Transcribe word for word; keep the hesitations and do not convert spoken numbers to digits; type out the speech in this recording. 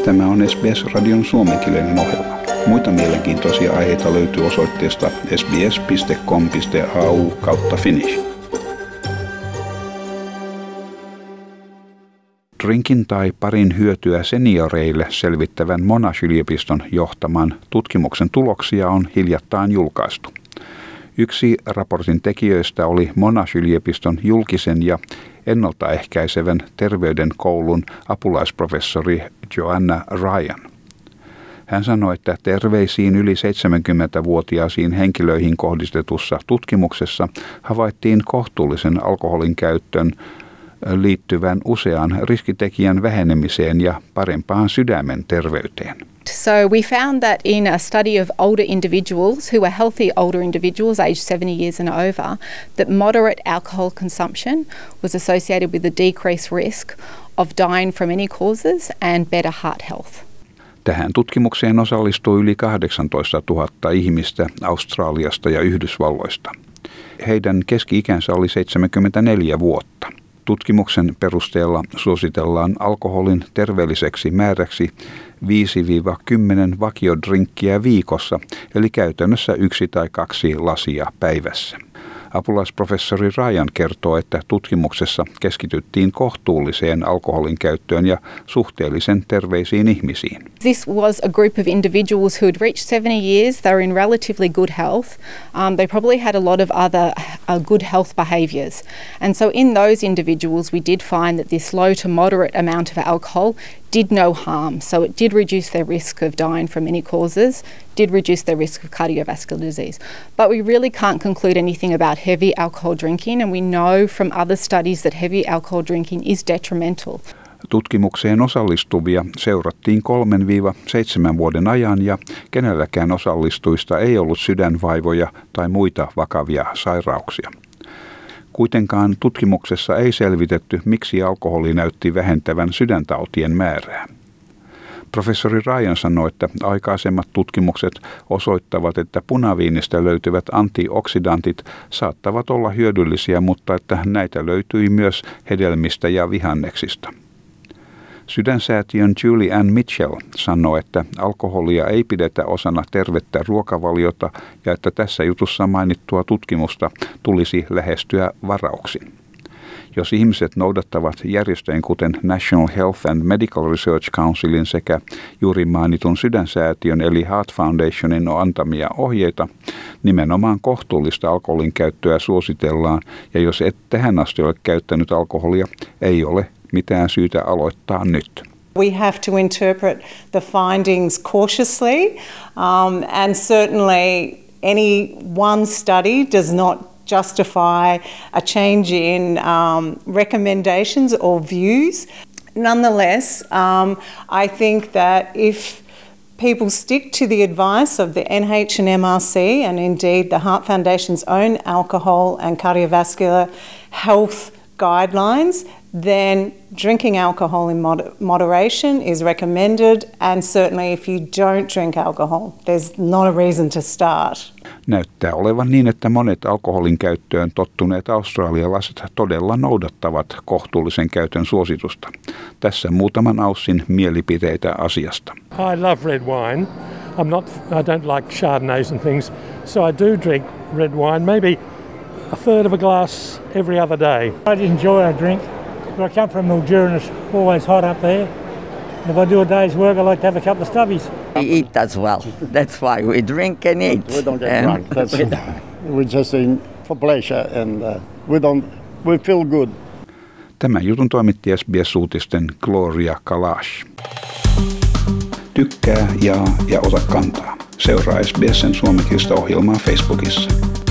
Tämä on S B S-radion suomenkielinen ohjelma. Muita mielenkiintoisia aiheita löytyy osoitteesta sbs piste com piste a u kautta finnish. Drinkin tai parin hyötyä senioreille selvittävän Monash-yliopiston johtaman tutkimuksen tuloksia on hiljattain julkaistu. Yksi raportin tekijöistä oli Monash-yliopiston julkisen ja ennaltaehkäisevän terveydenkoulun apulaisprofessori Joanna Ryan. Hän sanoi, että terveisiin yli seitsemänkymmentävuotiaisiin henkilöihin kohdistetussa tutkimuksessa havaittiin kohtuullisen alkoholin käyttöön liittyvän usean riskitekijän vähenemiseen ja parempaan sydämen terveyteen. So we found that in a study of older individuals who were healthy older individuals aged seventy years and over, that moderate alcohol consumption was associated with a decreased risk of dying from any causes and better heart health. Tähän tutkimukseen osallistui yli kahdeksantoistatuhatta ihmistä Australiasta ja Yhdysvalloista. Heidän keski-ikänsä oli seitsemänkymmentäneljä vuotta. Tutkimuksen perusteella suositellaan alkoholin terveelliseksi määräksi viisi kymmenen vakiodrinkkiä viikossa, eli käytännössä yksi tai kaksi lasia päivässä. Apulaisprofessori Ryan kertoo, että tutkimuksessa keskityttiin kohtuulliseen alkoholin käyttöön ja suhteellisen terveisiin ihmisiin. This was a group of individuals who had reached seventy years. They were in relatively good health. Um, they probably had a lot of other uh, good health behaviours. And so in those individuals we did find that this low to moderate amount of alcohol did no harm. So it did reduce their risk of dying from any causes, did reduce their risk of cardiovascular disease. But we really can't conclude anything about heavy alcohol drinking, and we know from other studies that heavy alcohol drinking is detrimental. Tutkimukseen osallistuvia seurattiin kolmen seitsemän vuoden ajan ja kenelläkään osallistujista ei ollut sydänvaivoja tai muita vakavia sairauksia. Kuitenkaan tutkimuksessa ei selvitetty, miksi alkoholi näytti vähentävän sydäntautien määrää. Professori Ryan sanoi, että aikaisemmat tutkimukset osoittavat, että punaviinistä löytyvät antioksidantit saattavat olla hyödyllisiä, mutta että näitä löytyi myös hedelmistä ja vihanneksista. Sydänsäätiön Julie Ann Mitchell sanoi, että alkoholia ei pidetä osana tervettä ruokavaliota ja että tässä jutussa mainittua tutkimusta tulisi lähestyä varauksin. Jos ihmiset noudattavat järjestöjen kuten National Health and Medical Research Councilin sekä juuri mainitun Sydänsäätiön eli Heart Foundationin antamia ohjeita, nimenomaan kohtuullista alkoholin käyttöä suositellaan, ja jos et tähän asti ole käyttänyt alkoholia, ei ole mitään syytä aloittaa nyt. We have to interpret the findings cautiously, um, and certainly any one study does not justify a change in um, recommendations or views. Nonetheless, um, I think that if people stick to the advice of the N H and M R C and indeed the Heart Foundation's own alcohol and cardiovascular health guidelines, then drinking alcohol in mod- moderation is recommended, and certainly if you don't drink alcohol, there's not a reason to start. Näyttää olevan niin, että monet alkoholin käyttöön tottuneet australialaiset todella noudattavat kohtuullisen käytön suositusta. Tässä muutaman Aussin mielipiteitä asiasta. I love red wine. I'm not, I don't like Chardonnays and things, so I do drink red wine, maybe a third of a glass every other day. I enjoy a drink. I come from Mildura and it's always hot up there. If I do a day's work, I like to have a couple of stubbies. We eat as well. That's why we drink and eat. We don't get and drunk. That's, we're just in for pleasure and uh, we don't. We feel good. Tämän jutun toimitti S B S-uutisten Gloria Kalash. Tykkää, jaa ja ota kantaa. Seuraa S B S:n suomenkielistä ohjelmaa Facebookissa.